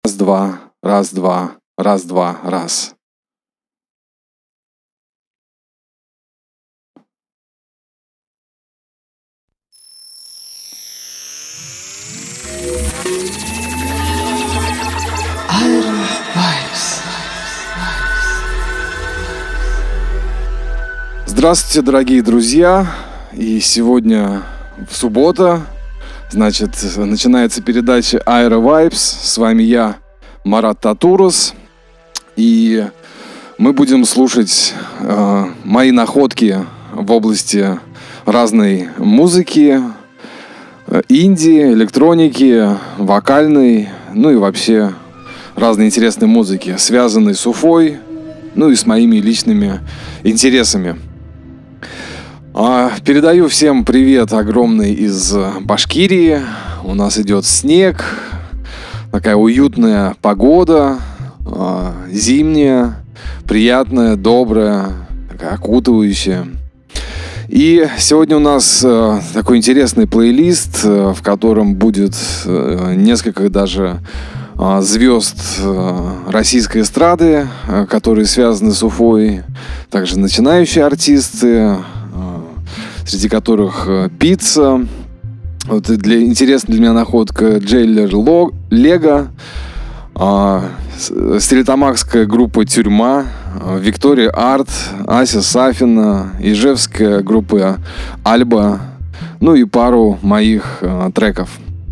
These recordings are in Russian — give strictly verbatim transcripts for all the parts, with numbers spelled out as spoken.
Раз-два, раз-два, раз-два, раз. Здравствуйте, дорогие друзья! И сегодня в суббота, значит, начинается передача Aero Vibes. С вами я, Марат Татурос. И мы будем слушать э, мои находки в области разной музыки, э, инди, электроники, вокальной, ну и вообще разной интересной музыки, связанной с Уфой, ну и с моими личными интересами. Передаю всем привет огромный из Башкирии. У нас идет снег, такая уютная погода, зимняя, приятная, добрая, такая окутывающая. И сегодня у нас такой интересный плейлист, в котором будет несколько даже звезд российской эстрады, которые связаны с Уфой, также начинающие артисты, среди которых Пицца, вот для, интересная для меня находка Джейлер Лего, а, стрелитамакская группа Тюрьма, Виктория Арт, Ася Сафина, ижевская группа Альба, ну и пару моих а, треков.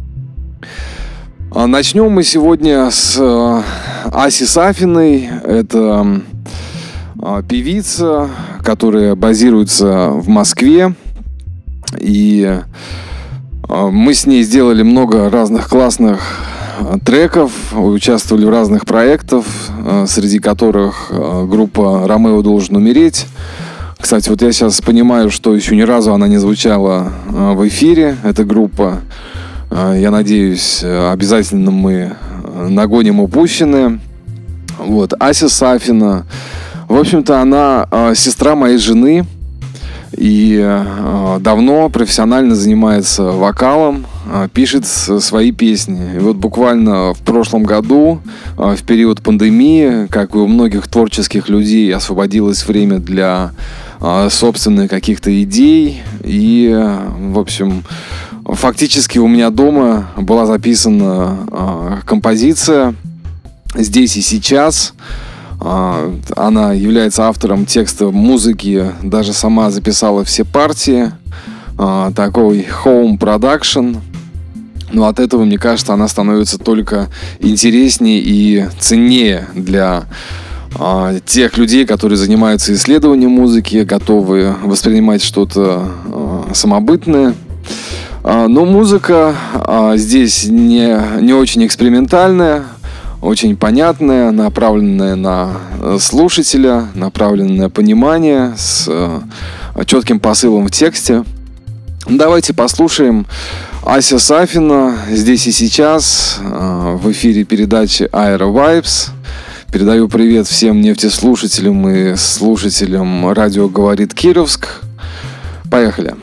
А, начнем мы сегодня с а, Аси Сафиной. Это а, певица, которая базируется в Москве. И мы с ней сделали много разных классных треков, участвовали в разных проектах, среди которых группа «Ромео должен умереть». Кстати, вот я сейчас понимаю, что еще ни разу она не звучала в эфире, эта группа. Я надеюсь, обязательно мы нагоним упущенное. Вот, Ася Сафина. В общем-то, она сестра моей жены. И э, давно профессионально занимается вокалом, э, пишет свои песни. И вот буквально в прошлом году, э, в период пандемии, как и у многих творческих людей, освободилось время для э, собственных каких-то идей. И, э, в общем, фактически у меня дома была записана э, композиция «Здесь и сейчас». Она является автором текста музыки, даже сама записала все партии. Такой home production. Но от этого, мне кажется, она становится только интереснее и ценнее для тех людей, которые занимаются исследованием музыки, готовы воспринимать что-то самобытное. Но музыка здесь не, не очень экспериментальная, очень понятная, направленная на слушателя, направленная на понимание, с четким посылом в тексте. Давайте послушаем Ася Сафина «Здесь и сейчас» в эфире передачи Aero Vibes. Передаю привет всем нефтеслушателям и слушателям радио «Говорит Кировск». Поехали!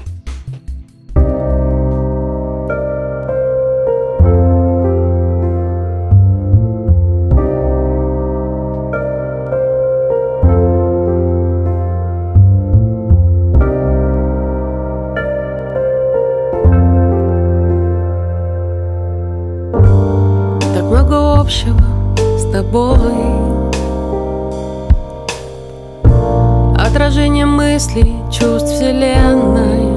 С тобой отражение мыслей, чувств вселенной,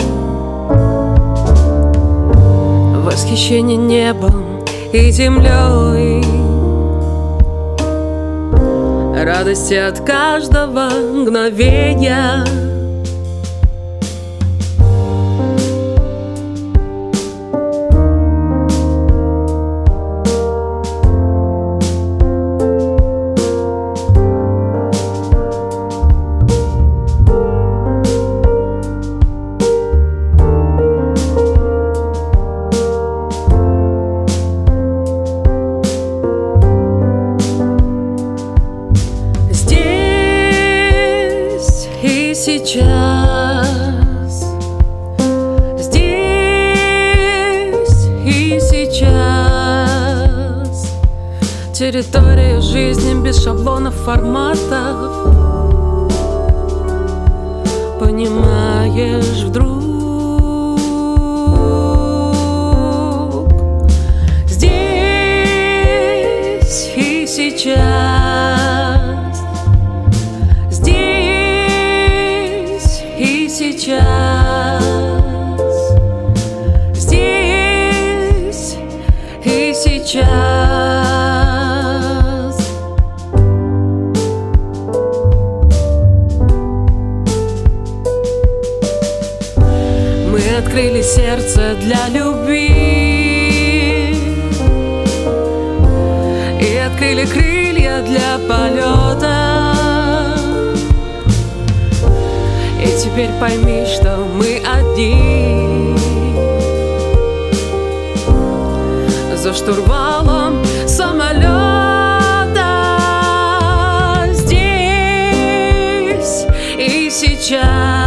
восхищение небом и землей, радости от каждого мгновения. Сейчас, здесь и сейчас Территория жизни без шаблонов, форматов. Понимаешь вдруг здесь и сейчас, здесь и сейчас, здесь и сейчас. Открыли сердце для любви и открыли крылья для полета. И теперь пойми, что мы одни за штурвалом самолета. Здесь и сейчас,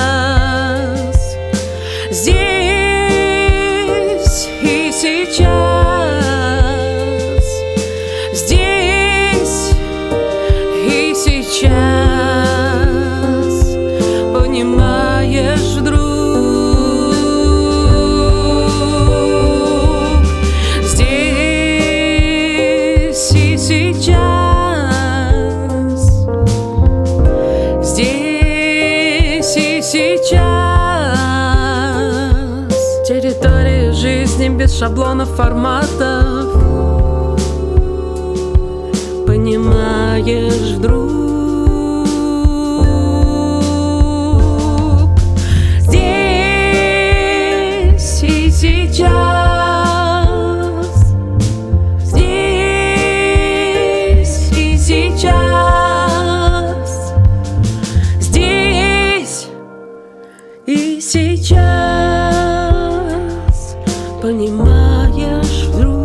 здесь и сейчас, здесь и сейчас, понимаешь вдруг, здесь и сейчас, здесь и сейчас. Территория жизни без шаблонов, форматов. Понимаешь вдруг, здесь и сейчас, здесь и сейчас, здесь и сейчас, понимаешь вдруг.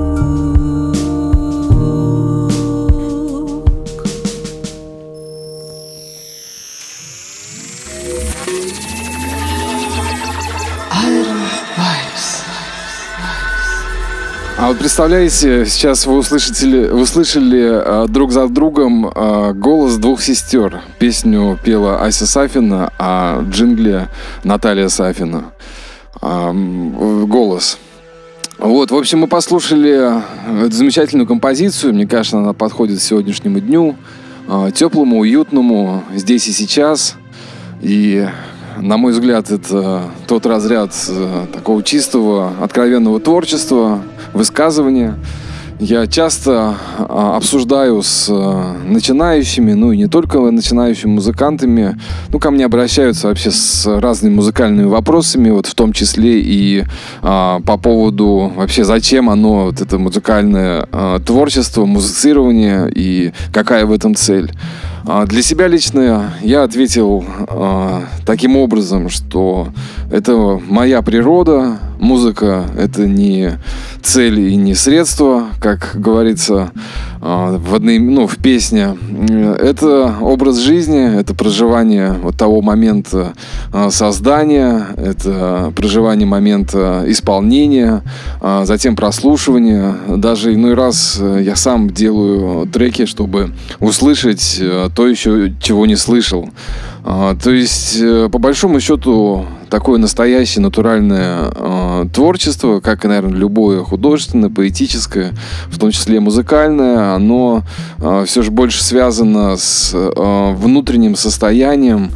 А вот представляете, сейчас вы услышали, вы услышали э, друг за другом э, голос двух сестер. Песню пела Ася Сафина, а в джингле Наталья Сафина. Э, голос. Вот, в общем, мы послушали эту замечательную композицию. Мне кажется, она подходит к сегодняшнему дню. Э, теплому, уютному, здесь и сейчас. И, на мой взгляд, это тот разряд э, такого чистого, откровенного творчества, высказывания. Я часто а, обсуждаю с а, начинающими, ну и не только начинающими музыкантами. Ну, ко мне обращаются вообще с разными музыкальными вопросами, вот в том числе и а, по поводу вообще зачем оно, вот это музыкальное а, творчество, музицирование и какая в этом цель. А, для себя лично я ответил а, таким образом, что это моя природа, музыка — это не цель и не средство, как говорится в, одной, ну, в песне. Это образ жизни, это проживание вот того момента создания, это проживание момента исполнения, затем прослушивания. Даже иной раз я сам делаю треки, чтобы услышать то еще, чего не слышал. То есть, по большому счету, такое настоящее натуральное э, творчество, как и, наверное, любое художественное, поэтическое, в том числе музыкальное, оно э, все же больше связано с э, внутренним состоянием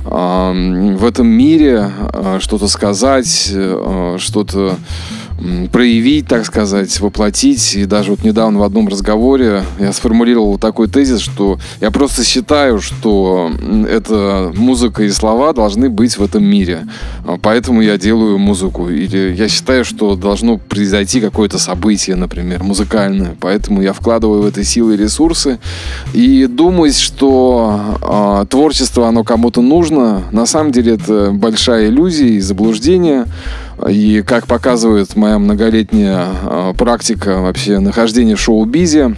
э, в этом мире, э, что-то сказать, э, что-то проявить, так сказать, воплотить. И даже вот недавно в одном разговоре я сформулировал такой тезис, что я просто считаю, что эта музыка и слова должны быть в этом мире. Поэтому я делаю музыку. Или я считаю, что должно произойти какое-то событие, например, музыкальное. Поэтому я вкладываю в это силы и ресурсы. И думаю, что э, творчество, оно кому-то нужно. На самом деле это большая иллюзия и заблуждение. И как показывает моя многолетняя э, практика вообще нахождения в шоу-бизе,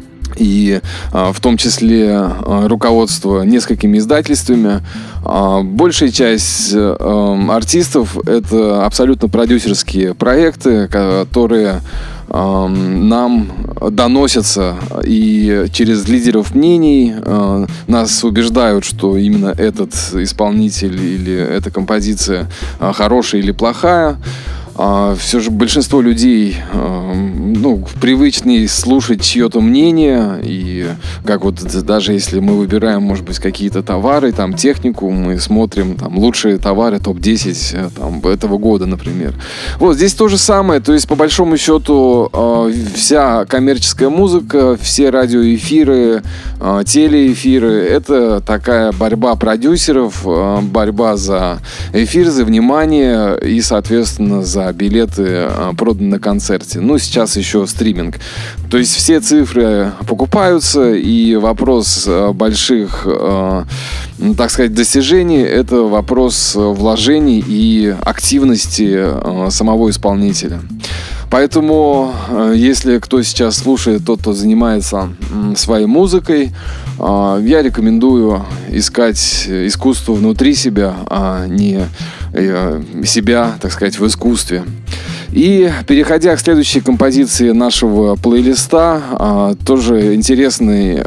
и э, в том числе э, руководство несколькими издательствами, э, большая часть э, артистов — это абсолютно продюсерские проекты, которые нам доносятся, и через лидеров мнений нас убеждают, что именно этот исполнитель или эта композиция хорошая или плохая. Все же большинство людей, ну, привычнее слушать чье-то мнение, и как вот даже если мы выбираем, может быть, какие-то товары, там, технику, мы смотрим, там, лучшие товары топ десять там, этого года, например. Вот здесь то же самое, то есть, по большому счету, вся коммерческая музыка, все радиоэфиры, телеэфиры, это такая борьба продюсеров, борьба за эфир, за внимание и, соответственно, за билеты, проданы на концерте. Ну, сейчас еще стриминг. То есть все цифры покупаются, и вопрос больших, так сказать, достижений — это вопрос вложений и активности самого исполнителя. Поэтому, если кто сейчас слушает, тот, кто занимается своей музыкой, я рекомендую искать искусство внутри себя, а не себя, так сказать, в искусстве. И переходя к следующей композиции нашего плейлиста, тоже интересный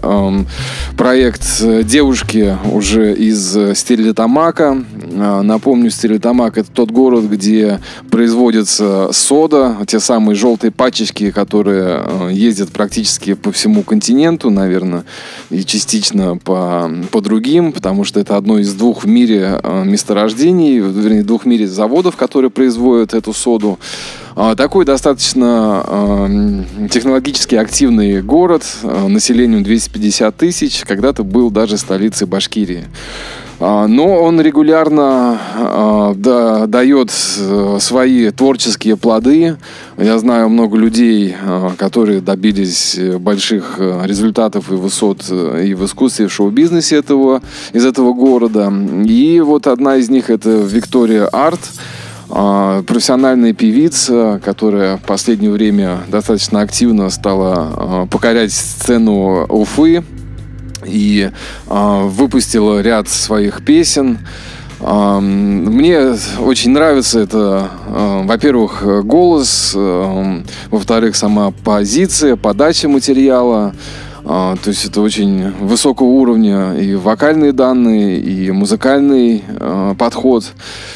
проект девушки уже из Стерлитамака. Напомню, Стерлитамак — это тот город, где производится сода, те самые желтые пачечки, которые ездят практически по всему континенту, наверное, и частично по, по другим, потому что это одно из двух в мире месторождений, вернее, двух в мире заводов, которые производят эту соду. Такой достаточно э, технологически активный город, э, населением двести пятьдесят тысяч, когда-то был даже столицей Башкирии. Э, но он регулярно э, да, дает э, свои творческие плоды. Я знаю много людей, э, которые добились больших результатов и высот э, и в искусстве, и в шоу-бизнесе этого, из этого города. И вот одна из них — это Виктория Арт. Профессиональная певица, которая в последнее время достаточно активно стала покорять сцену Уфы и выпустила ряд своих песен. Мне очень нравится это, во-первых, голос, во-вторых, сама позиция, подача материала. То есть это очень высокого уровня и вокальные данные, и музыкальный подход.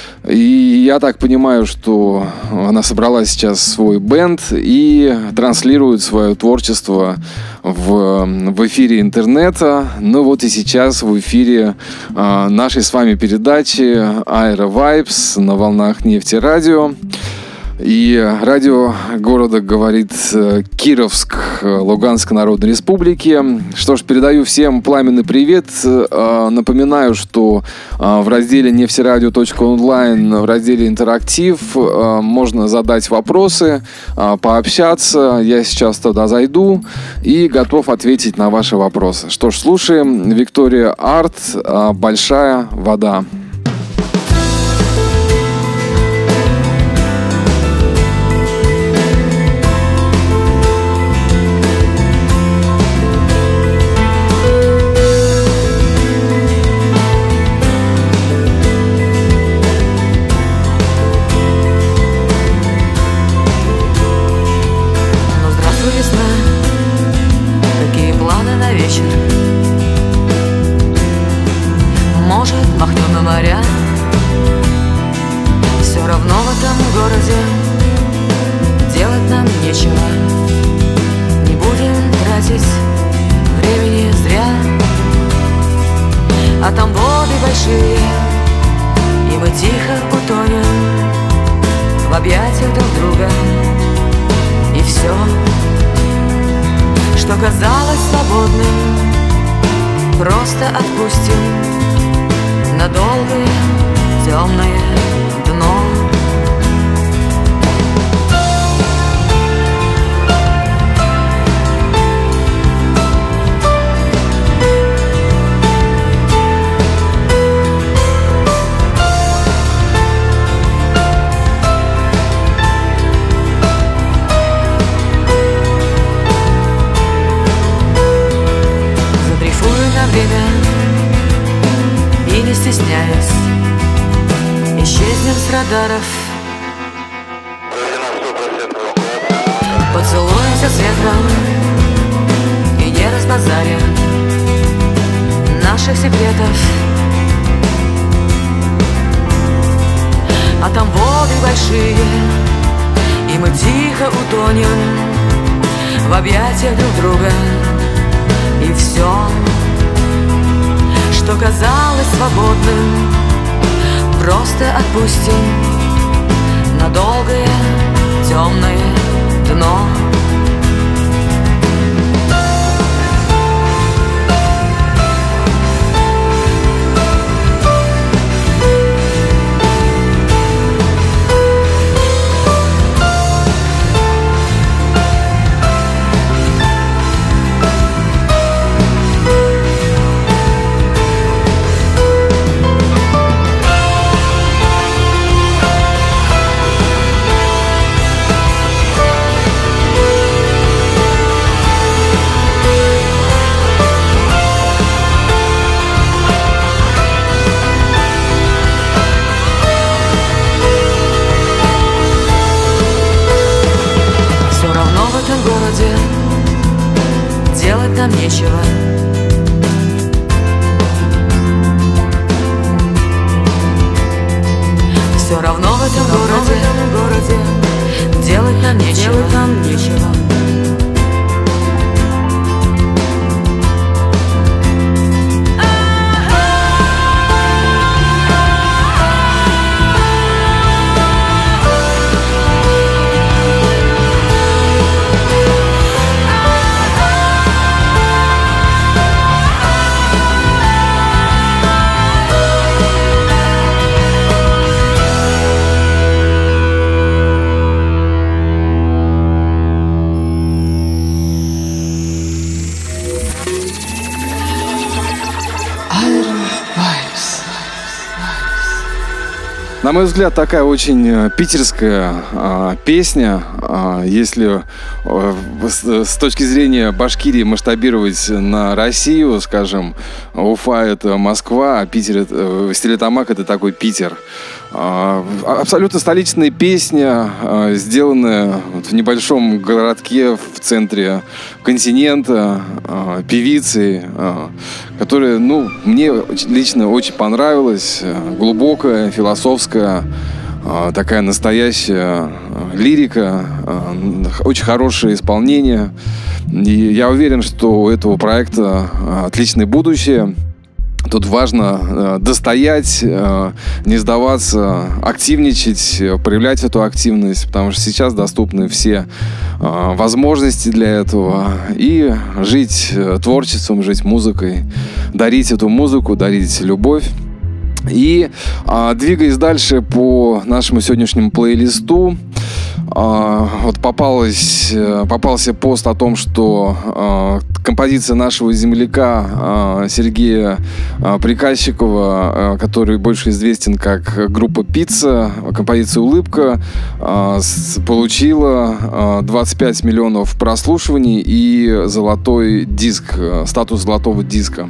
И я так понимаю, что она собрала сейчас свой бэнд и транслирует свое творчество в, в эфире интернета. Ну вот и сейчас в эфире а, нашей с вами передачи Aero Vibes на волнах Нефтерадио. И радио города говорит Кировск, Луганской Народной Республики. Что ж, передаю всем пламенный привет. Напоминаю, что в разделе нефтерадио точка онлайн, в разделе «Интерактив» можно задать вопросы, пообщаться. Я сейчас туда зайду и готов ответить на ваши вопросы. Что ж, слушаем Виктория Арт «Большая вода». Поцелуй секретов, а там воды большие, и мы тихо утонем в объятиях друг друга. И все, что казалось свободным, просто отпустим на долгое темное дно. Делать нам нечего. Все равно в этом городе, городе делать нам нечего, делать нам нечего. На мой взгляд, такая очень питерская э, песня. Э, если э, с, с точки зрения Башкирии масштабировать на Россию, скажем, Уфа — это Москва, а Питер — это, Стерлитамак — это такой Питер. Э, абсолютно столичная песня, э, сделанная вот в небольшом городке в центре континента, э, певицей, э, которая, ну, мне лично очень понравилась. Глубокая, философская, такая настоящая лирика, очень хорошее исполнение. И я уверен, что у этого проекта отличное будущее. Тут важно достоять, не сдаваться, активничать, проявлять эту активность, потому что сейчас доступны все возможности для этого. И жить творчеством, жить музыкой, дарить эту музыку, дарить любовь. И а, двигаясь дальше по нашему сегодняшнему плейлисту, а, вот попалась, попался пост о том, что а, композиция нашего земляка а, Сергея а, Приказчикова, а, который больше известен как группа «Пицца», композиция «Улыбка», а, с, получила а, двадцать пять миллионов прослушиваний и золотой диск, а, статус золотого диска.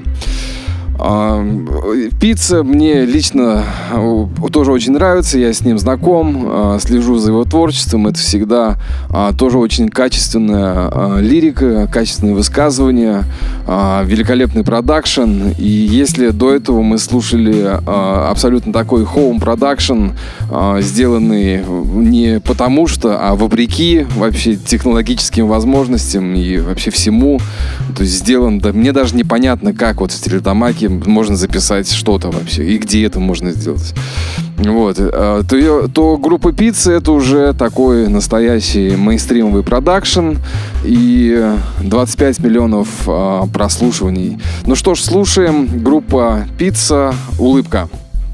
«Пицца» мне лично тоже очень нравится, я с ним знаком, слежу за его творчеством. Это всегда тоже очень качественная лирика, качественное высказывание, великолепный продакшн. И если до этого мы слушали абсолютно такой хоум-продакшн, сделанный не потому что, а вопреки вообще технологическим возможностям и вообще всему, то есть сделан, да, мне даже непонятно, как вот в Стерлитамаке можно записать что-то вообще, и где это можно сделать. Вот. То, то группа «Пицца» — это уже такой настоящий мейнстримовый продакшн и двадцать пять миллионов а, прослушиваний. Ну что ж, слушаем. Группа «Пицца», «Улыбка».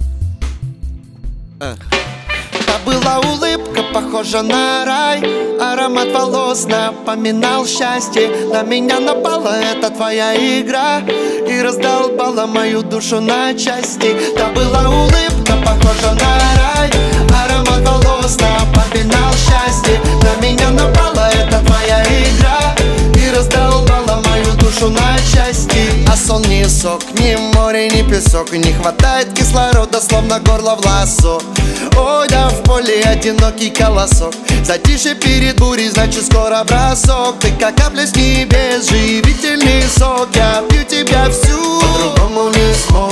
Была улыбка, похожа на рай. Аромат волос напоминал счастье. На меня напала эта твоя игра и раздолбала мою душу на части. Та была улыбка, похожа на рай. Аромат волос напоминал счастье. На меня напала эта твоя игра и раздолбала мою душу на части. А сон не сок, ни море, ни песок. Не хватает кислорода, словно горло в лассо. Ой, да в поле одинокий колосок. Затишье перед бурей, значит скоро бросок. Ты как капля с небес, живительный сок. Я пью тебя всю, по-другому не смог.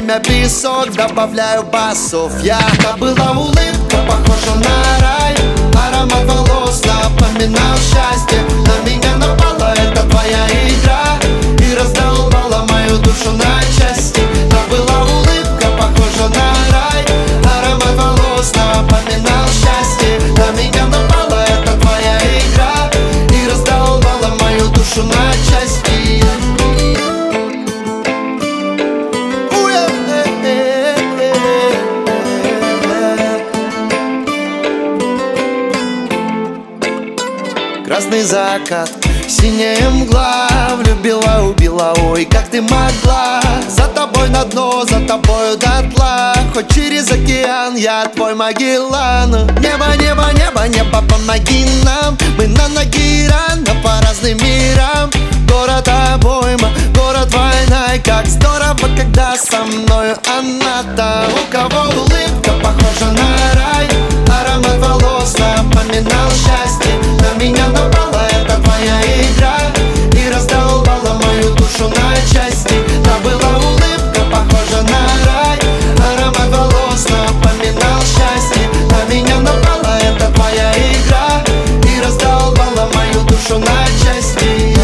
время песок, добавляю басов я. Это была улыбка, похожа на рай. Аромат волос напоминал счастье. На меня напала эта твоя игра и раздолбала мою душу на части. Это была улыбка, похожа на рай. Аромат волос напоминал счастье. На меня напала эта твоя игра и раздолбала мою душу на части. Красный закат, синяя мгла, влюбила, убила, ой, как ты могла. За тобой на дно, за тобою дотла, хоть через океан я твой Магеллан. Небо, небо, небо, небо, помоги нам. Мы на ноги рано по разным мирам. Город обойма, город война. И как здорово, когда со мною она-то. У кого улыбка похожа на рай. Аромат волос напоминал счастье. На меня напала эта твоя игра и раздолбала мою душу на части. Да была улыбка, похожа на рай. Аромат волос напоминал счастье. На меня напала эта твоя игра и раздолбала мою душу на части.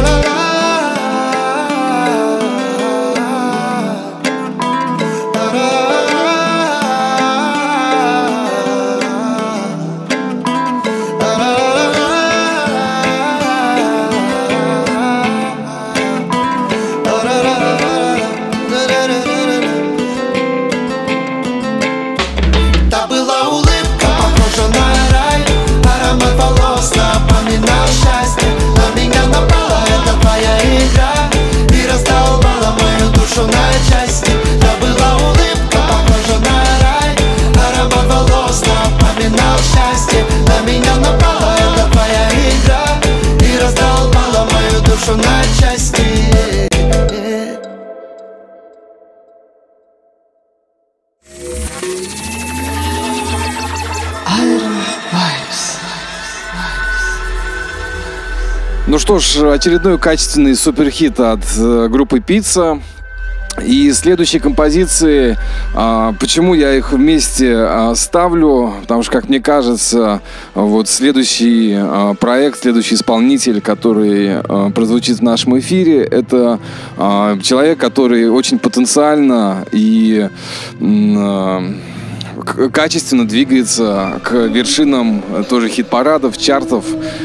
Ну что ж, очередной качественный суперхит от э, группы Пицца. И следующие композиции, а, почему я их вместе а, ставлю, потому что, как мне кажется, вот следующий а, проект, следующий исполнитель, который а, прозвучит в нашем эфире, это а, человек, который очень потенциально и а, качественно двигается к вершинам тоже хит-парадов, чартов,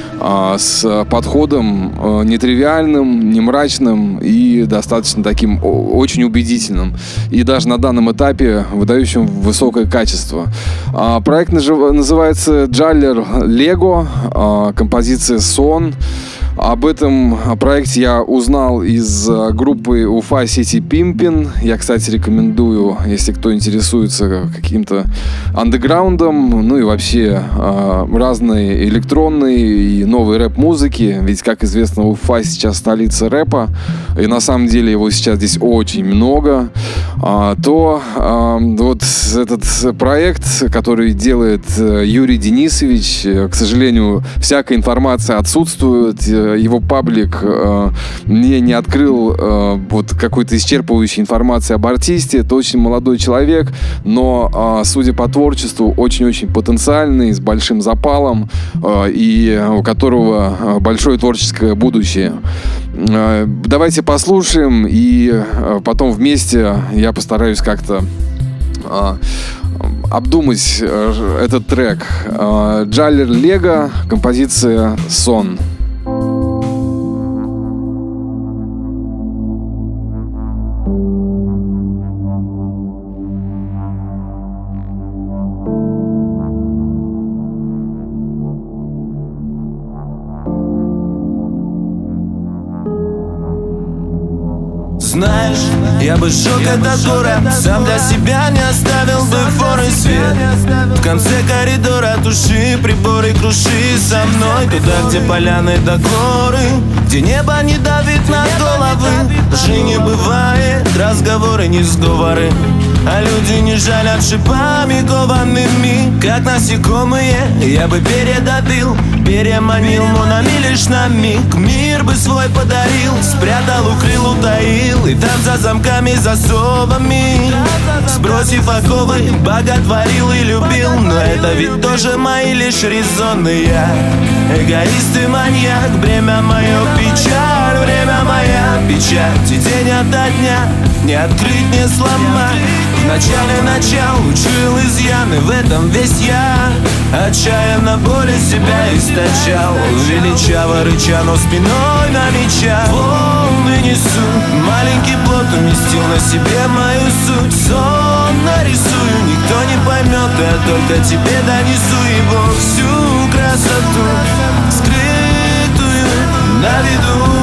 с подходом нетривиальным, не мрачным и достаточно таким очень убедительным. И даже на данном этапе выдающим высокое качество. Проект называется Джаллер Лего, композиция «Сон». Об этом проекте я узнал из группы Уфа City Pimpin. Я, кстати, рекомендую, если кто интересуется каким-то андеграундом, ну и вообще разные электронные и новые рэп-музыки. Ведь, как известно, Уфа сейчас столица рэпа, и на самом деле его сейчас здесь очень много. То вот этот проект, который делает Юрий Денисович, к сожалению, всякая информация отсутствует. Его паблик э, мне не открыл э, вот какой-то исчерпывающей информации об артисте. Это очень молодой человек, но, э, судя по творчеству, очень-очень потенциальный, с большим запалом э, и у которого э, большое творческое будущее. Э, давайте послушаем, и э, потом вместе я постараюсь как-то э, обдумать э, этот трек. Э, Джаллер Лего, композиция «Сон». Знаешь, я бы сжег этот город, сам для себя не оставил бы форы свет. В конце коридора туши приборы, круши со мной туда, где поляны до горы, где небо не давит на головы. Лжи не бывает, разговоры не сговоры. а люди не жалят шипами коваными. Как насекомые я бы передавил, переманил монами лишь на миг. Мир бы свой подарил, спрятал, укрыл, утаил, и там за замками, засовами, сбросив оковы, боготворил и любил. Но это ведь тоже мои лишь резоны. Я эгоист и маньяк, бремя мое печаль, время моя печать. И день ото дня не открыть, не сломать. В начале начал учил изъяны, в этом весь я. Отчаянно боли себя источал, величаво рыча, но спиной намечал. Волны несут, маленький плод уместил на себе мою суть. Сон нарисую, никто не поймет, я только тебе донесу его всю красоту, скрытую на виду.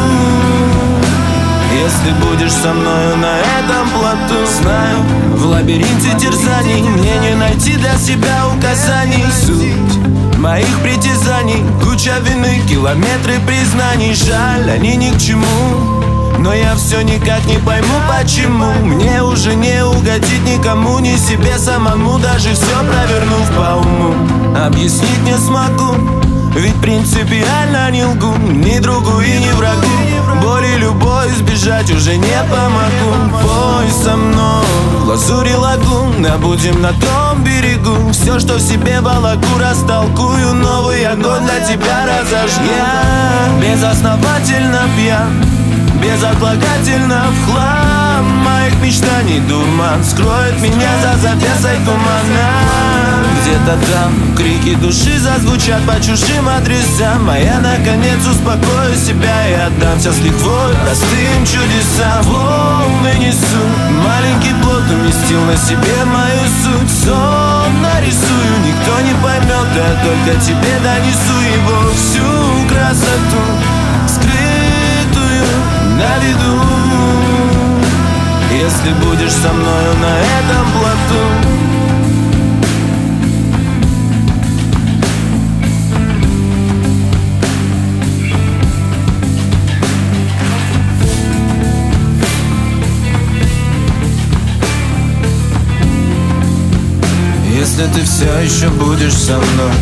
Если будешь со мною на этом плоту, знаю, в лабиринте терзаний мне не найти для себя указаний. Суть моих притязаний, куча вины, километры признаний. Жаль, они ни к чему, но я все никак не пойму, почему мне уже не угодить никому, ни себе самому, даже все провернув по уму. Объяснить не смогу, ведь принципиально не лгу ни другу и ни врагу. Боли любой избежать уже не помогу. Пой со мной в лазури лагуна, будем на том берегу. Все, что в себе волоку, растолкую, новый огонь для тебя разожгу. Я безосновательно пьян, безотлагательно в хлам. Моих мечтаний дурман скроет меня за завесой тумана. Где-то там крики души зазвучат по чужим адресам, а я наконец успокою себя и отдамся с лихвой простым чудесам. Волны несут, маленький плод уместил на себе мою суть. Сон нарисую, никто не поймет, я только тебе донесу его всю красоту, скрытую на виду. Если будешь со мною на этом плоту. Если ты все еще будешь со мной.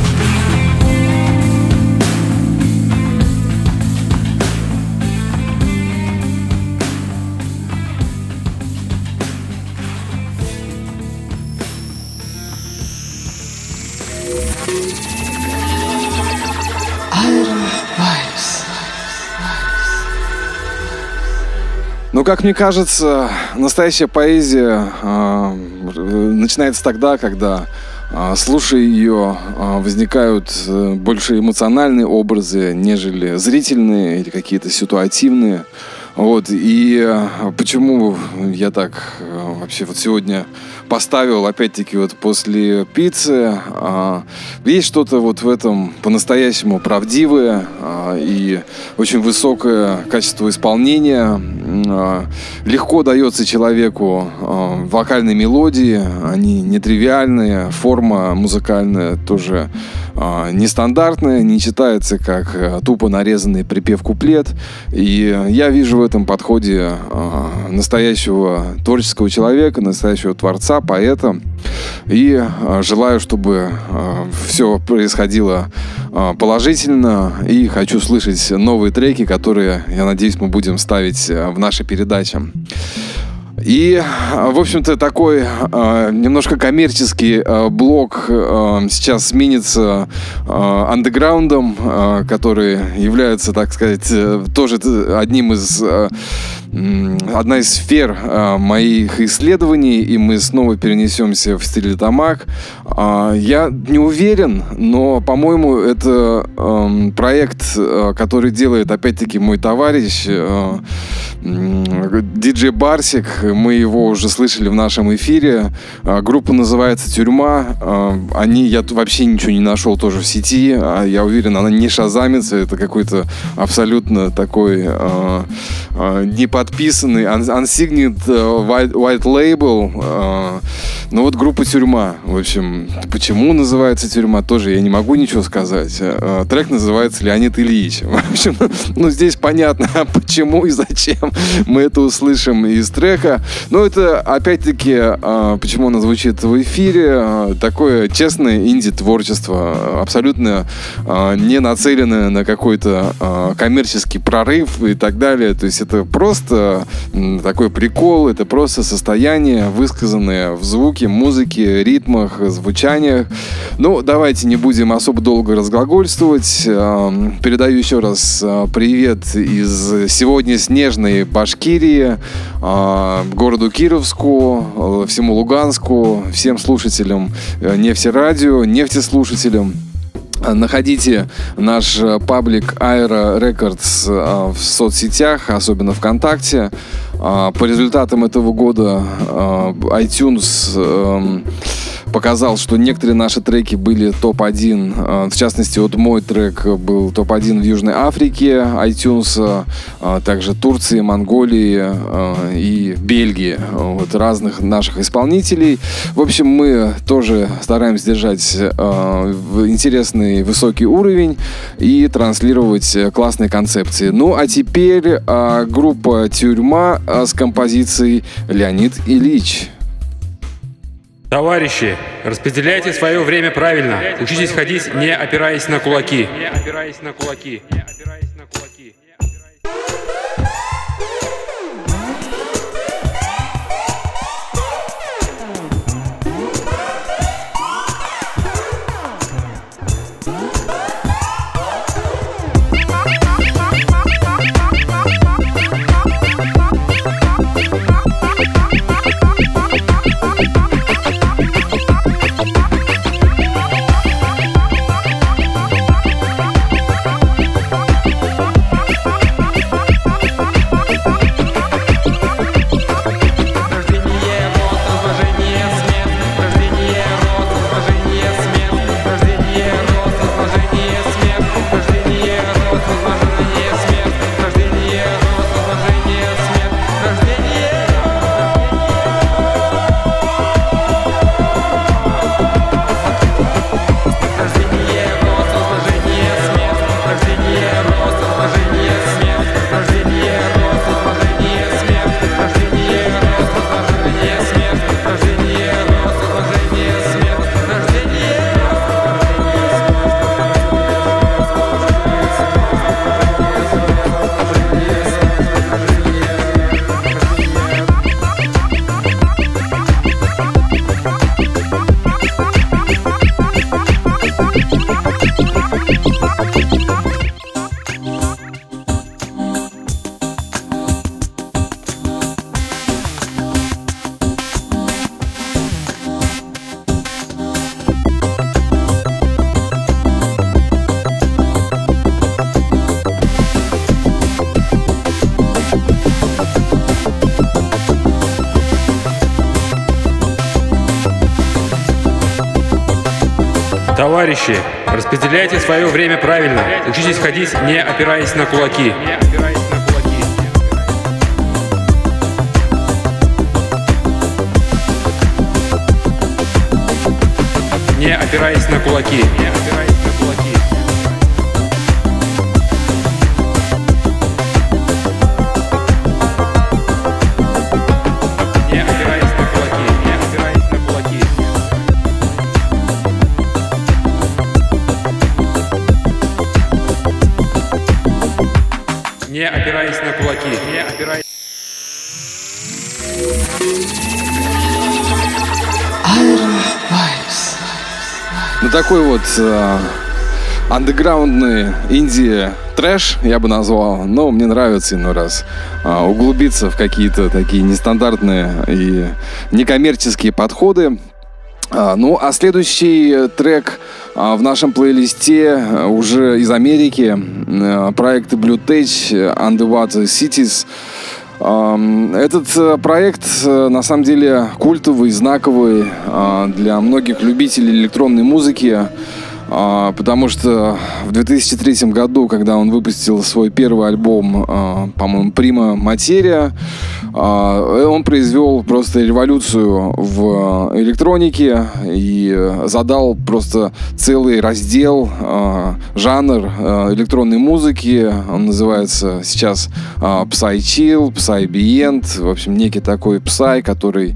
Ну, как мне кажется, настоящая поэзия э, начинается тогда, когда, э, слушая ее, э, возникают э, больше эмоциональные образы, нежели зрительные или какие-то ситуативные. Вот, и э, почему я так э, вообще вот сегодня поставил, опять-таки, вот после пиццы, э, есть что-то вот в этом по-настоящему правдивое э, и очень высокое качество исполнения. Э, легко дается человеку э, вокальные мелодии, они нетривиальные, форма музыкальная тоже э, нестандартная, не читается как э, тупо нарезанный припев-куплет. И я вижу в этом подходе э, настоящего творческого человека, настоящего творца, поэта. И э, желаю, чтобы э, все происходило э, положительно. И хочу слышать новые треки, которые, я надеюсь, мы будем ставить э, в нашей передаче. И, в общем-то, такой э, немножко коммерческий э, блок э, сейчас сменится э, андеграундом, э, который является, так сказать, э, тоже одним из... Э, одна из сфер э, моих исследований, и мы снова перенесемся в Стерлитамак. Э, я не уверен, но, по-моему, это э, проект, э, который делает, опять-таки, мой товарищ э, э, диджей Барсик. Мы его уже слышали в нашем эфире. Э, группа называется «Тюрьма». Э, они, я вообще ничего не нашел тоже в сети. Э, я уверен, она не шазамится. Это какой-то абсолютно такой... Э, не подписанный, unsigned white, white label. Ну вот группа «Тюрьма». В общем, почему называется «Тюрьма», тоже я не могу ничего сказать. Трек называется «Леонид Ильич». В общем, ну здесь понятно, почему и зачем мы это услышим из трека. Но это, опять-таки, почему оно звучит в эфире, такое честное инди-творчество, абсолютно не нацеленное на какой-то коммерческий прорыв и так далее. То есть это просто такой прикол, это просто состояние, высказанное в звуке, музыке, ритмах, звучаниях. Ну, давайте не будем особо долго разглагольствовать. Передаю еще раз привет из сегодня снежной Башкирии, городу Кировску, всему Луганску, всем слушателям Нефтерадио, нефтеслушателям. Находите наш паблик Aero Records в соцсетях, особенно ВКонтакте. По результатам этого года iTunes показал, что некоторые наши треки были топ один. В частности, вот мой трек был топ один в Южной Африке, iTunes, также Турции, Монголии и Бельгии. Вот, разных наших исполнителей. В общем, мы тоже стараемся держать интересный высокий уровень и транслировать классные концепции. Ну, а теперь группа «Тюрьма» с композицией «Леонид Ильич». Товарищи, распределяйте свое время правильно. Учитесь ходить, не опираясь на кулаки. Не опираясь на кулаки. Не опираясь на кулаки. Товарищи, распределяйте свое время правильно. Учитесь ходить, не опираясь на кулаки. Не опираясь на кулаки. Не опираясь на кулаки. Не опираясь на кулаки. Не опираясь на кулаки. Не опираясь на кулаки. Не опираясь на кулаки. Не опираясь. Ну такой вот э, андеграундный инди-трэш, я бы назвал. Но мне нравится иной раз э, углубиться в какие-то такие нестандартные и некоммерческие подходы. А, ну, а следующий трек а, в нашем плейлисте а, уже из Америки. А, проект Blue Tech Underwater Cities. А, этот а, проект а, на самом деле культовый, знаковый а, для многих любителей электронной музыки. Потому что в две тысячи третьем году, когда он выпустил свой первый альбом, по-моему, «Prima Materia», он произвел просто революцию в электронике и задал просто целый раздел, жанр электронной музыки. Он называется сейчас Psy-Chill, Psy-Ambient, в общем, некий такой Psy, который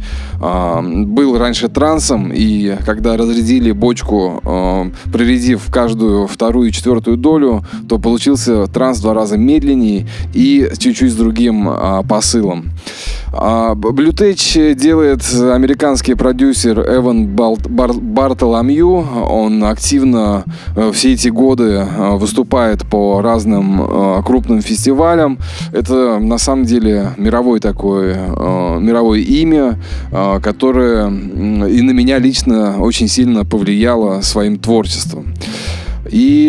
был раньше трансом, и когда разрядили бочку, прорядив каждую вторую и четвертую долю, то получился транс в два раза медленнее и чуть-чуть с другим а, посылом. А, Bluetech делает американский продюсер Эван Бартоломью. Он активно а, все эти годы а, выступает по разным а, крупным фестивалям. Это на самом деле мировое такое, а, мировое имя, а, которое и на меня лично очень сильно повлияло своим творчеством. И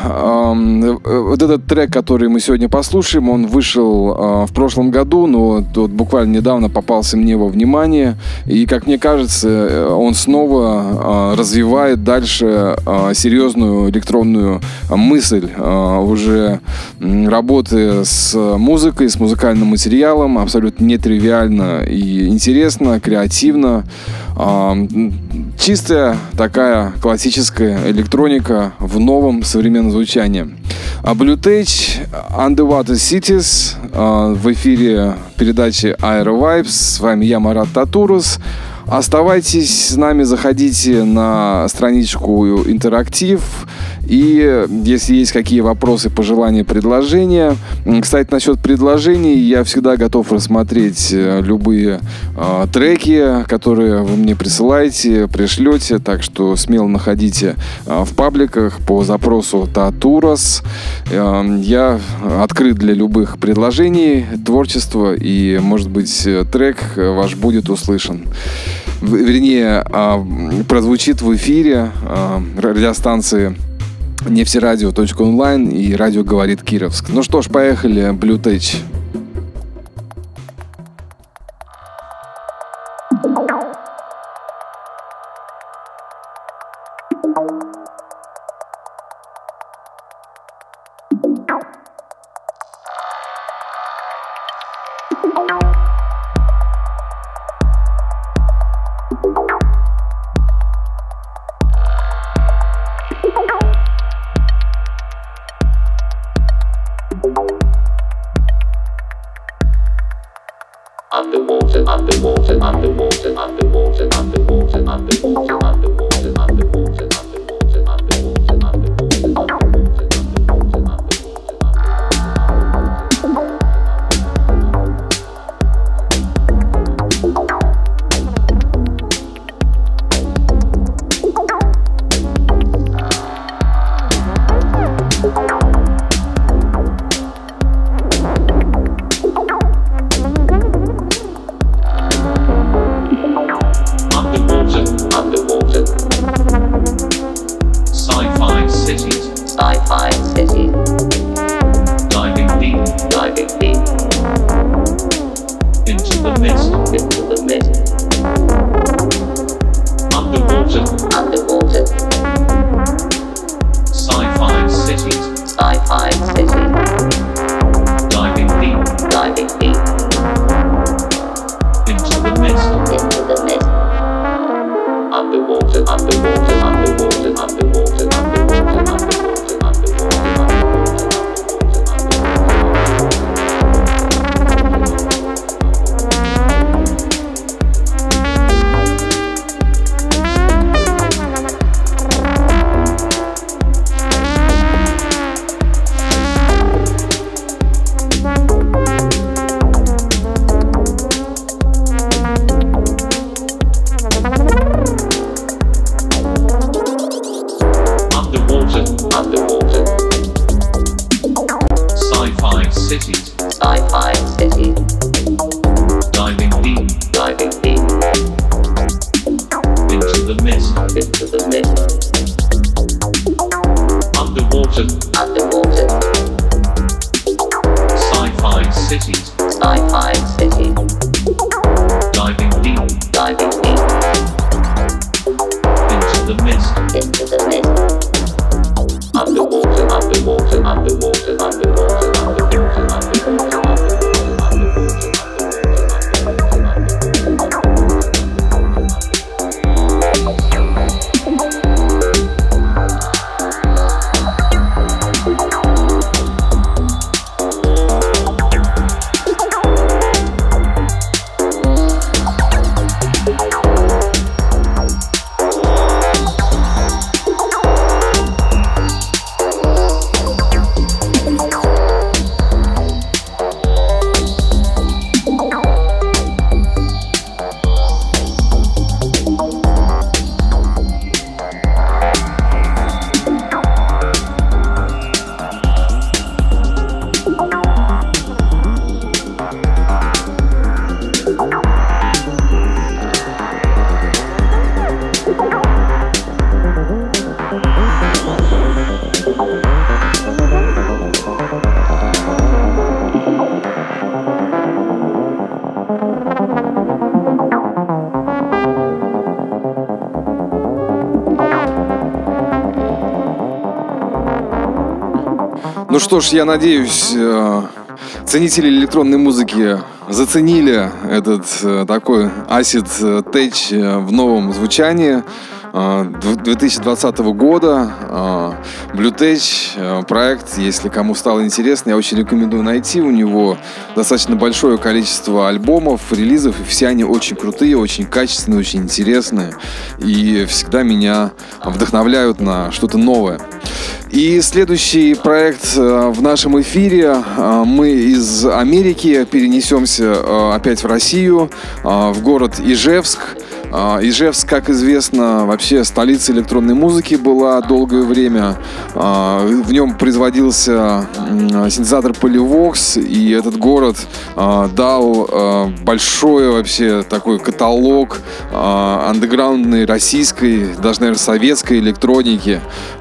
э, вот этот трек, который мы сегодня послушаем, он вышел э, в прошлом году, но вот буквально недавно попался мне во внимание. И, как мне кажется, он снова э, развивает дальше э, серьезную электронную мысль, э, уже работы с музыкой, с музыкальным материалом, абсолютно нетривиально и интересно, креативно. Э, чистая такая классическая электроника в новом современном звучании. А Bluetech, Underwater Cities, в эфире передачи Aero Vibes. С вами я, Марат Татурус. Оставайтесь с нами, заходите на страничку Интерактив. И если есть какие вопросы, пожелания, предложения. Кстати, насчет предложений, я всегда готов рассмотреть любые э, треки, которые вы мне присылаете, пришлете. Так что смело находите э, в пабликах по запросу Татурос. Э, я открыт для любых предложений, творчества, и, может быть, трек ваш будет услышан. Вернее, э, прозвучит в эфире э, радиостанции нефтерадио точка онлайн и радио «Говорит Кировск». Ну что ж, поехали, Bluetech. Underwater, underwater, underwater, underwater, underwater, underwater, underwater, underwater, underwater, underwater, underwater. Into the mist. Ну что ж, я надеюсь, ценители электронной музыки заценили этот такой acid tech в новом звучании две тысячи двадцатого года. Blue Tech проект, если кому стало интересно, я очень рекомендую найти. У него достаточно большое количество альбомов, релизов, и все они очень крутые, очень качественные, очень интересные, и всегда меня вдохновляют на что-то новое. И следующий проект в нашем эфире. Мы из Америки перенесемся опять в Россию, в город Ижевск. Ижевск, как известно, вообще столица электронной музыки была долгое время. В нем производился синтезатор Polyvox, и этот город дал большой вообще такой каталог андеграундной российской, даже, наверное, советской электроники.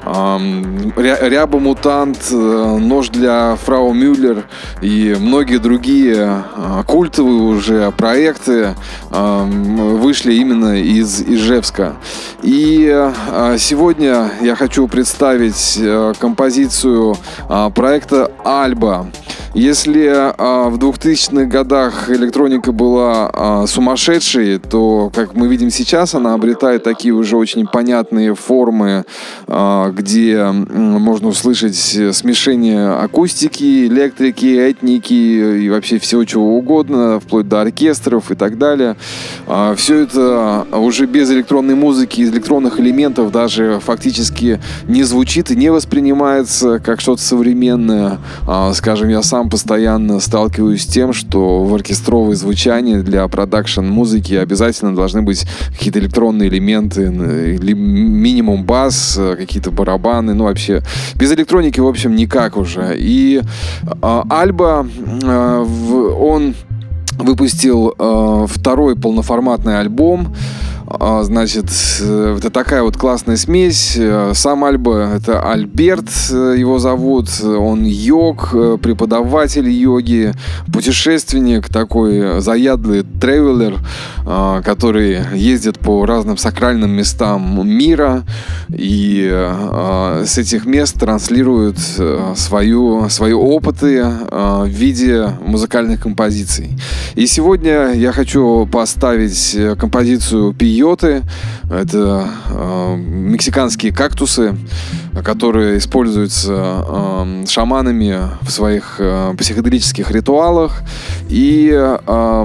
Ряба Мутант, Нож для Фрау Мюллер и многие другие культовые уже проекты вышли именно из Ижевска. И сегодня я хочу представить композицию проекта Альба. Если в двухтысячных годах электроника была сумасшедшей, то, как мы видим сейчас, она обретает такие уже очень понятные формы, где можно услышать смешение акустики, электрики, этники и вообще всего чего угодно, вплоть до оркестров и так далее. Все это уже без электронной музыки, из электронных элементов даже фактически не звучит и не воспринимается как что-то современное. Скажем, я сам постоянно сталкиваюсь с тем, что в оркестровое звучание для продакшн-музыки обязательно должны быть какие-то электронные элементы, минимум бас, какие-то барабаны, ну вообще без электроники, в общем, никак уже. И Альба, он выпустил второй полноформатный альбом. Значит, это такая вот классная смесь. Сам Альба — это Альберт, его зовут. Он йог, преподаватель йоги, путешественник, такой заядлый тревелер, который ездит по разным сакральным местам мира и с этих мест транслирует свою, свои опыты в виде музыкальных композиций. И сегодня я хочу поставить композицию «Пиоты». Это э, мексиканские кактусы, которые используются э, шаманами в своих э, психоделических ритуалах. И э,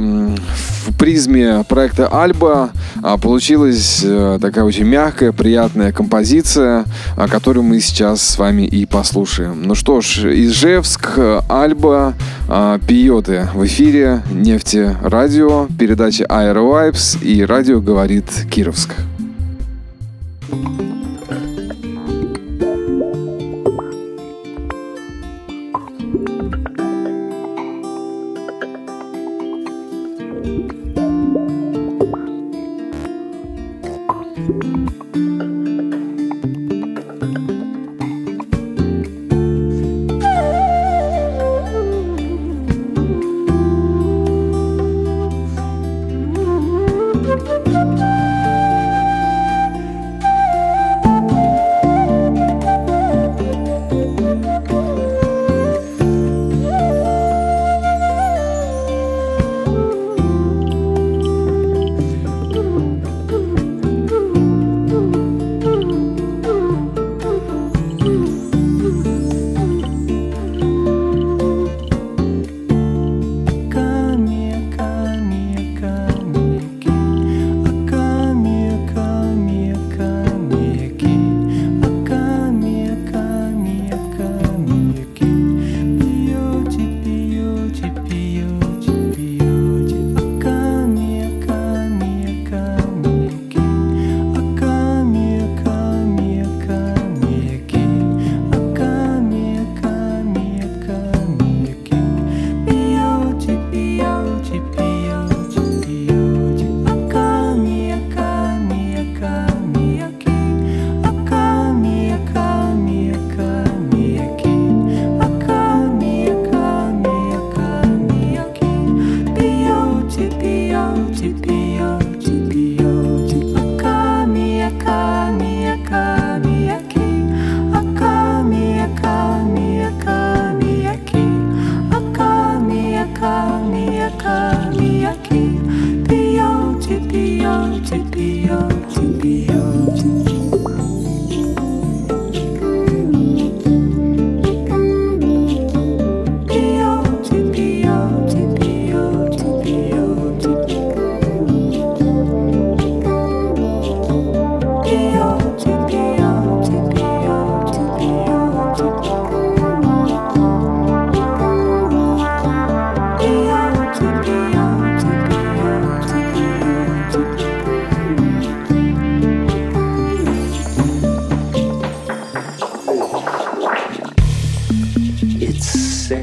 в призме проекта Альба э, получилась э, такая очень мягкая, приятная композиция, э, которую мы сейчас с вами и послушаем. Ну что ж, Ижевск, Альба, э, «Пиоты» в эфире Нефти Радио, передача Aero-Vibes и радио говорит Кировск. Thank you.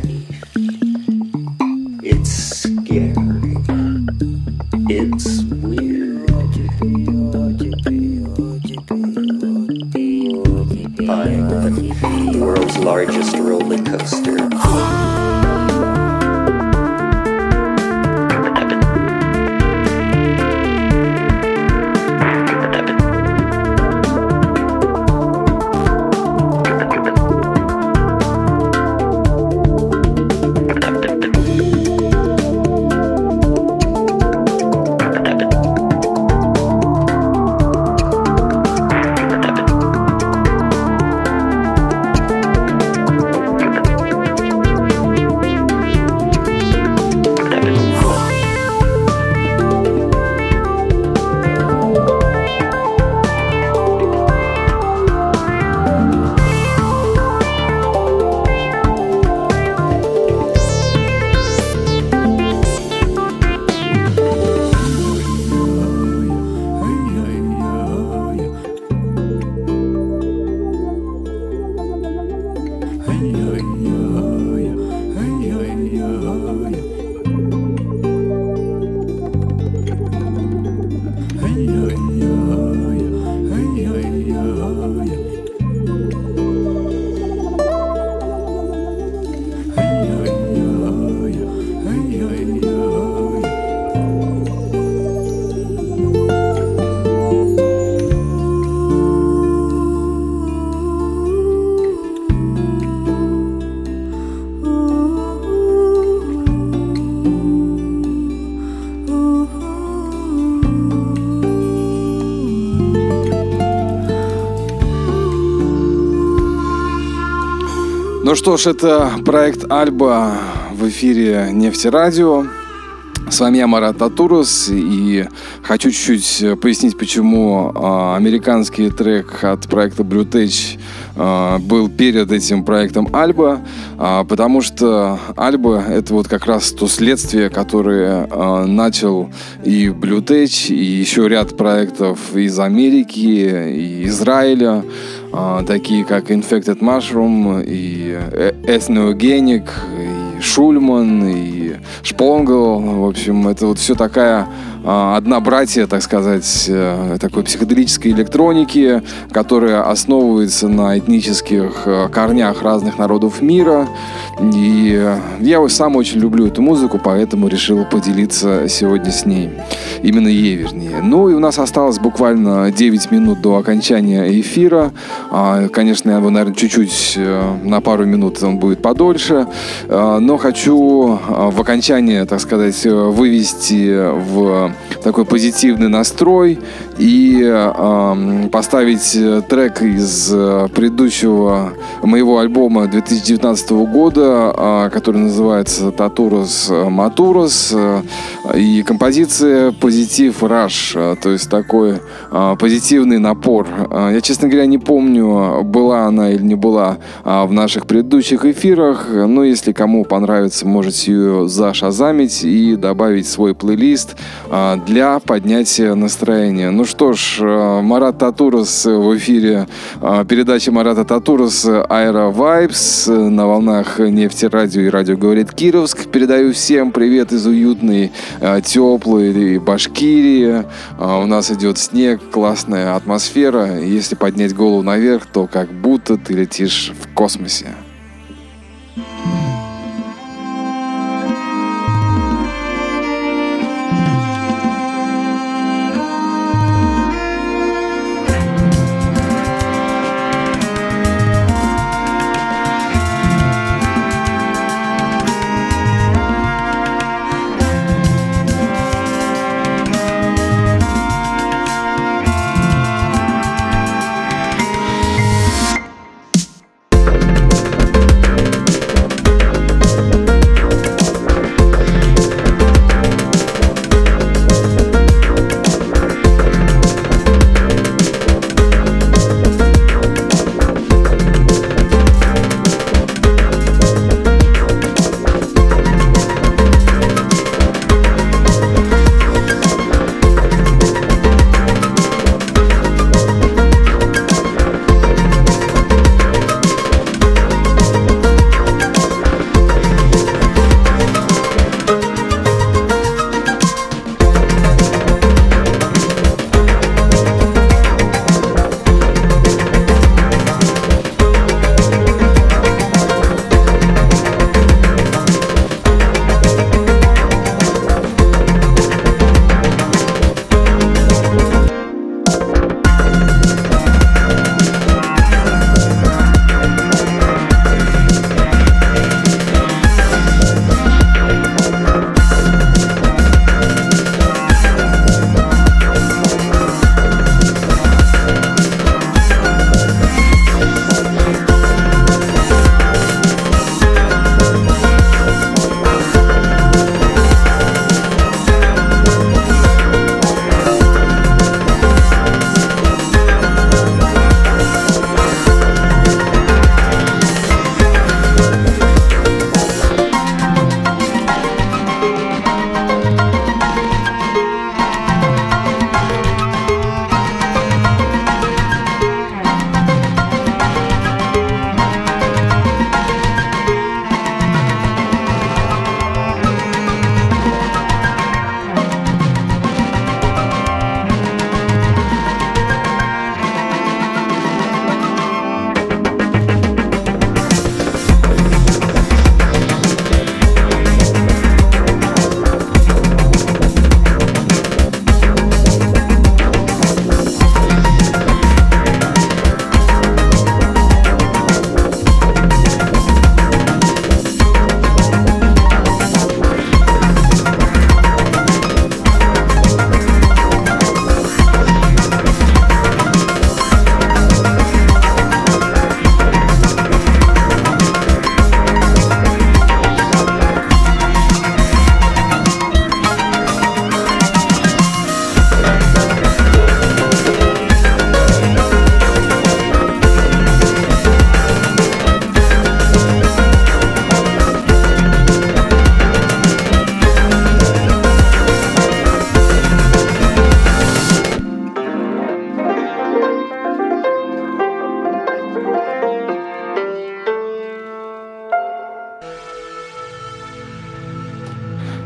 It's scary. It's weird. I'm the world's largest roller coaster. Ну что ж, это проект Альба в эфире Нефтерадио. С вами я, Марат Татурос, и хочу чуть-чуть пояснить, почему э, американский трек от проекта Blue Tech э, был перед этим проектом Альба, э, потому что Альба — это вот как раз то следствие, которое э, начал и Blue Tech, и еще ряд проектов из Америки, и Израиля, э, такие как Infected Mushroom, и Ethnogenic, и Шульман, и Шпонгл. В общем, это вот все такая а, одна братья, так сказать, а, такой психоделической электроники, которая основывается на этнических а, корнях разных народов мира. И а, я сам очень люблю эту музыку, поэтому решил поделиться сегодня с ней. Именно ей, вернее. Ну и у нас осталось буквально девять минут до окончания эфира. А, конечно, я его, наверное, чуть-чуть а, на пару минут он будет подольше. А, но хочу а, в окончание, так сказать, вывести в такой позитивный настрой и э, поставить трек из предыдущего моего альбома две тысячи девятнадцатого года, э, который называется «Татурос Матурос», э, и композиция «Позитив Раш», э, то есть такой э, позитивный напор. Э, я, честно говоря, не помню, была она или не была э, в наших предыдущих эфирах, но если кому понравится, можете ее зашазамить и добавить в свой плейлист э, для поднятия настроения. Ну что ж, Марат Татурос в эфире передачи Марата Татуроса Aero Vibes на волнах Нефтерадио и радио «Говорит Кировск». Передаю всем привет из уютной, теплой Башкирии. У нас идет снег, классная атмосфера. Если поднять голову наверх, то как будто ты летишь в космосе.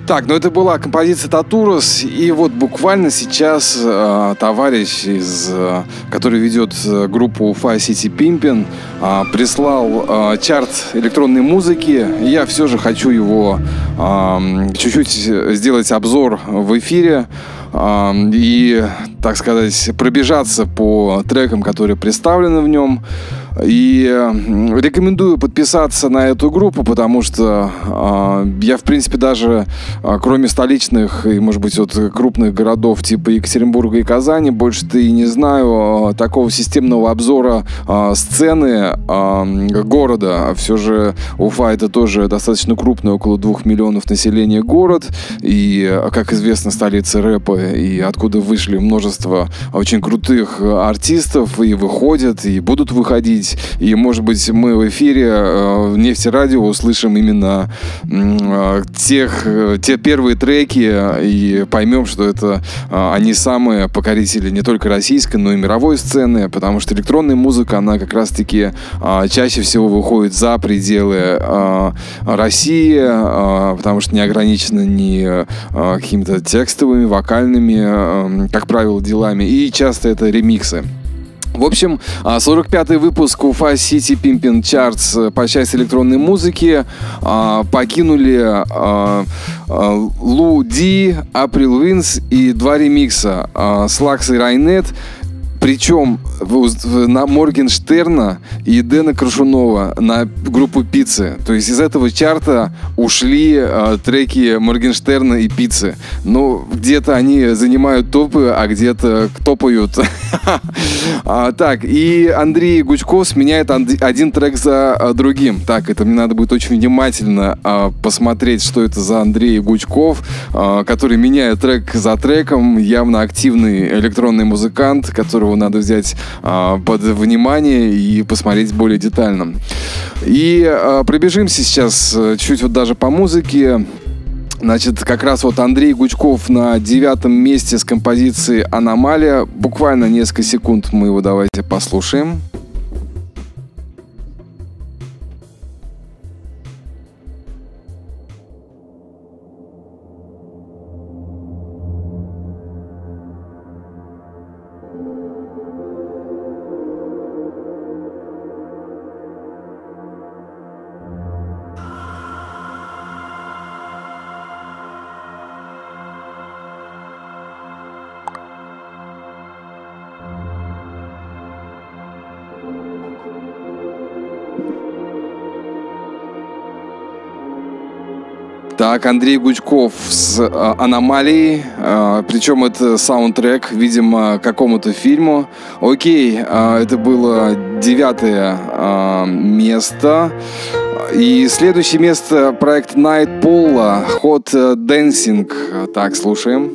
Так, ну это была композиция Татурос, и вот буквально сейчас э, товарищ, из, э, который ведет э, группу Уфа City Pimpin', э, прислал э, чарт электронной музыки. Я все же хочу его э, чуть-чуть сделать обзор в эфире э, и, так сказать, пробежаться по трекам, которые представлены в нем. И рекомендую подписаться на эту группу, потому что э, я, в принципе, даже э, кроме столичных и, может быть, вот крупных городов типа Екатеринбурга и Казани, больше-то и не знаю э, такого системного обзора э, сцены э, города. Все же Уфа — это тоже достаточно крупный, около двух миллионов населения город. И, как известно, столица рэпа, и откуда вышли множество очень крутых артистов, и выходят, и будут выходить. И, может быть, мы в эфире э, Нефтерадио услышим именно э, тех, э, те первые треки и поймем, что это э, они самые покорители не только российской, но и мировой сцены, потому что электронная музыка, она как раз-таки э, чаще всего выходит за пределы э, России, э, потому что не ограничена ни э, какими-то текстовыми, вокальными, э, как правило, делами, и часто это ремиксы. В общем, сорок пятый выпуск Уфа City Pimpin' Charts по части электронной музыки покинули Лу Ди, April Winds и два ремикса Слакс и Райнет. Причем на Моргенштерна и Дэна Крушунова на группу Пиццы. То есть из этого чарта ушли э, треки Моргенштерна и Пиццы. Ну, где-то они занимают топы, а где-то топают. Так, и Андрей Гучков сменяет один трек за другим. Так, это мне надо будет очень внимательно посмотреть, что это за Андрей Гучков, который меняет трек за треком. Явно активный электронный музыкант, которого надо взять а, под внимание и посмотреть более детально. И а, пробежимся сейчас чуть вот даже по музыке. Значит, как раз вот Андрей Гучков на девятом месте с композицией «Аномалия». Буквально несколько секунд мы его давайте послушаем. Так, Андрей Гучков с э, «Аномалией», э, причем это саундтрек, видимо, к какому-то фильму. Окей, э, это было девятое э, место. И следующее место — проект Nightpola, Hot Dancing. Так, слушаем.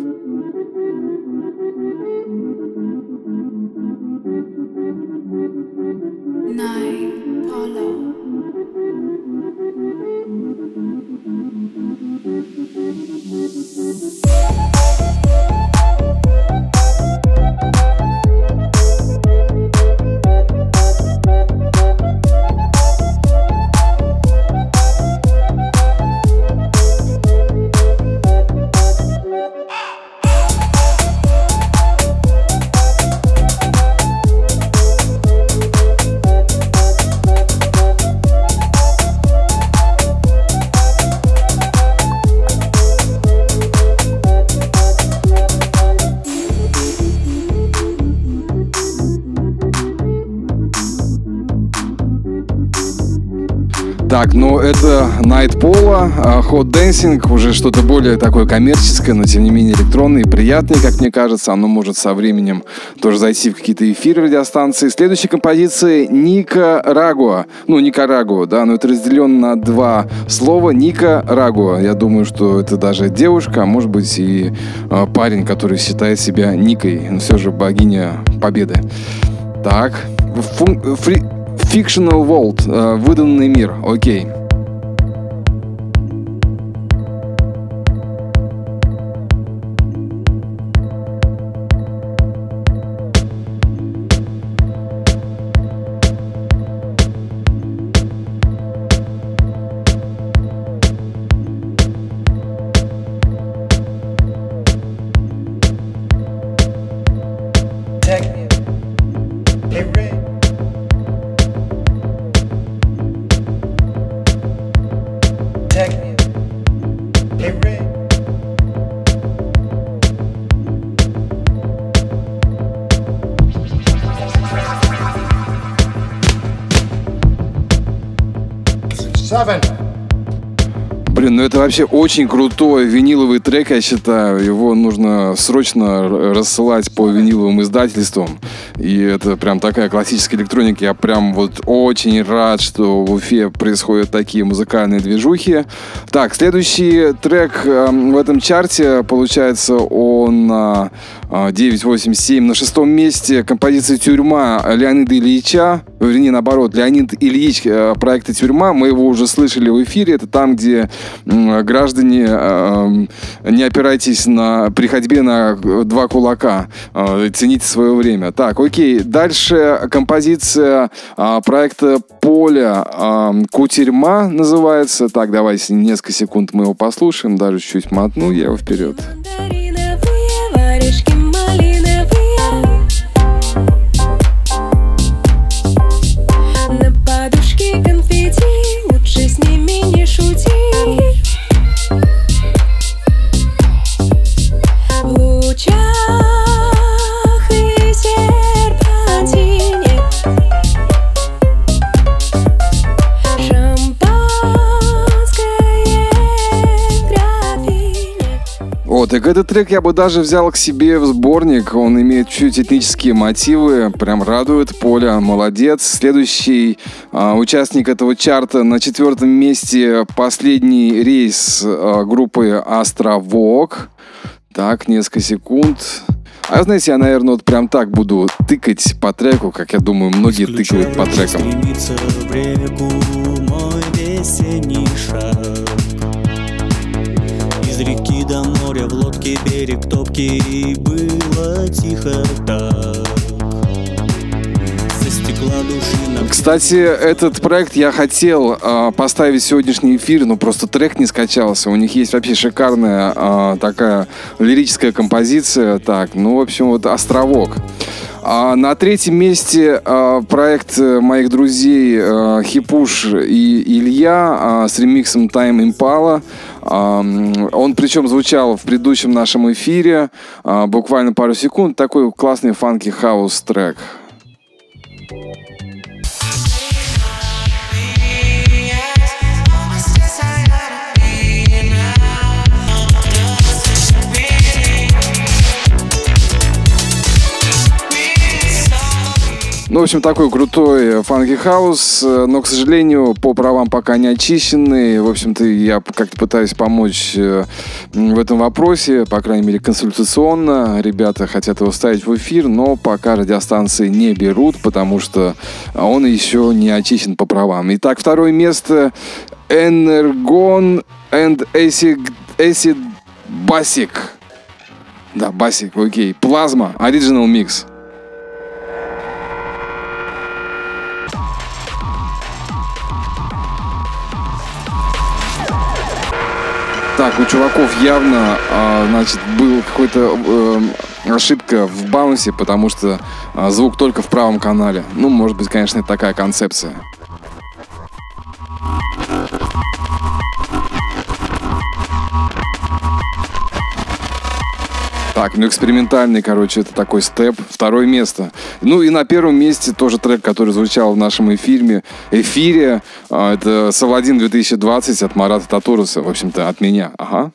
Так, ну это Nightpola, Hot Dancing, уже что-то более такое коммерческое, но тем не менее электронное и приятное, как мне кажется. Оно может со временем тоже зайти в какие-то эфиры радиостанции. Следующая композиция — Никарагуа. Ну, Никарагуа, да, но это разделено на два слова. Никарагуа. Я думаю, что это даже девушка, а может быть и э, парень, который считает себя Никой. Но все же богиня победы. Так, фун- фри- Fictional World, э, выдуманный мир, окей. Блин, ну это вообще очень крутой виниловый трек, я считаю. Его нужно срочно рассылать по виниловым издательствам. И это прям такая классическая электроника. Я прям вот очень рад, что в Уфе происходят такие музыкальные движухи. Так, следующий трек в этом чарте, получается, он на девять восемь семь на шестом месте. Композиция «Тюрьма» Леонида Ильича. Вернее, наоборот, Леонид Ильич проекта «Тюрьма». Мы его уже слышали в эфире. Это там, где граждане, не опирайтесь на, при ходьбе на два кулака. Цените свое время. Так, окей. Дальше композиция проекта «Поля» «Кутерьма» называется. Так, давайте несколько секунд мы его послушаем. Даже чуть мотну я его вперед. На подушке конфетти, лучше с ними не шути. В лучах и серпантине шампанское в графине. О, так этот трек я бы даже взял к себе в сборник. Он имеет чуть этнические мотивы. Прям радует. Поля, молодец. Следующий а, участник этого чарта на четвертом месте. Последний рейс а, группы «Островок». Так, несколько секунд. А знаете, я, наверное, вот прям так буду тыкать по треку, как я думаю, многие тыкают по трекам. Стремится в реку мой весенний шаг. Из реки до моря в лодке берег топкий, и было тихо так. Со стекла души на... Кстати, этот проект я хотел э, поставить в сегодняшний эфир, но просто трек не скачался. У них есть вообще шикарная э, такая лирическая композиция. Так, ну, в общем, вот «Островок». А на третьем месте э, проект моих друзей э, Хипуш и Илья э, с ремиксом Time Impala. Э, он причем звучал в предыдущем нашем эфире э, буквально пару секунд. Такой классный фанки хаус трек. Ну, в общем, такой крутой фанки хаус, но, к сожалению, по правам пока не очищенный. В общем-то, я как-то пытаюсь помочь в этом вопросе, по крайней мере, консультационно. Ребята хотят его ставить в эфир, но пока радиостанции не берут, потому что он еще не очищен по правам. Итак, второе место — Energon and Acid, Acid Basic. Да, Basic, окей. Плазма, Original Mix. Так, у чуваков явно, а, значит, был какой-то э, ошибка в баунсе, потому что а, звук только в правом канале. Ну, может быть, конечно, это такая концепция. Так, ну экспериментальный, короче, это такой степ. Второе место. Ну и на первом месте тоже трек, который звучал в нашем эфире. эфире. Это Саладин две тысячи двадцать от Марата Татуруса. В общем-то, от меня. Ага.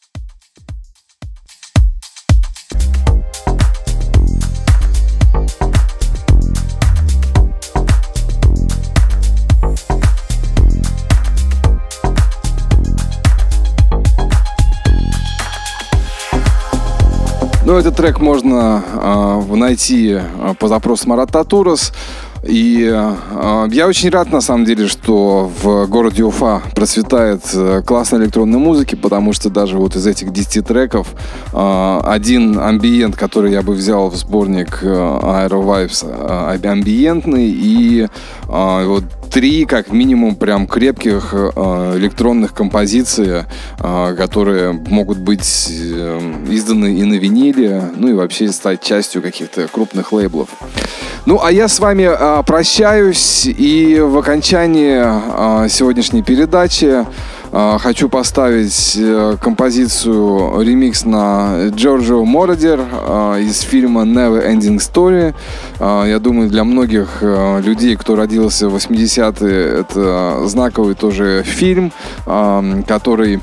Ну, этот трек можно э, найти э, по запросу Марат Татурос. И э, я очень рад, на самом деле, что в городе Уфа процветает э, классная электронная музыка, потому что даже вот из этих десяти треков э, один амбиент, который я бы взял в сборник э, Aero Vibes, э, амбиентный, и э, вот три, как минимум, прям крепких э, электронных композиций, э, которые могут быть э, изданы и на виниле, ну и вообще стать частью каких-то крупных лейблов. Ну, а я с вами э, прощаюсь, и в окончании э, сегодняшней передачи Хочу поставить композицию, ремикс на Джорджио Мородер из фильма Never Ending Story. Я думаю, для многих людей, кто родился в восьмидесятые, это знаковый тоже фильм, который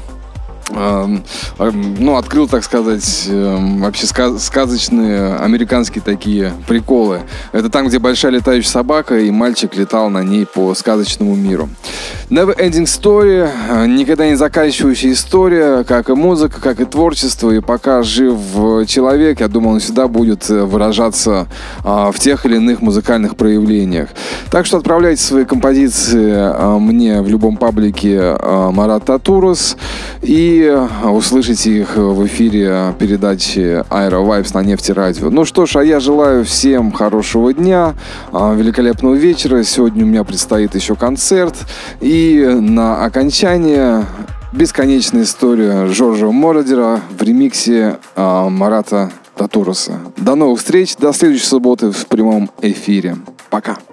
ну, открыл, так сказать, вообще сказочные американские такие приколы. Это там, где большая летающая собака, и мальчик летал на ней по сказочному миру. Never Ending Story, никогда не заканчивающая история, как и музыка, как и творчество. И пока жив человек, я думаю, он всегда будет выражаться в тех или иных музыкальных проявлениях. Так что отправляйте свои композиции мне в любом паблике Марат Татурос, и услышите их в эфире передачи Aero Vibes на Нефти Радио. Ну что ж, а я желаю всем хорошего дня, великолепного вечера. Сегодня у меня предстоит еще концерт. И на окончание бесконечная история Джорджио Мородера в ремиксе Марата Татуроса. До новых встреч, до следующей субботы в прямом эфире. Пока.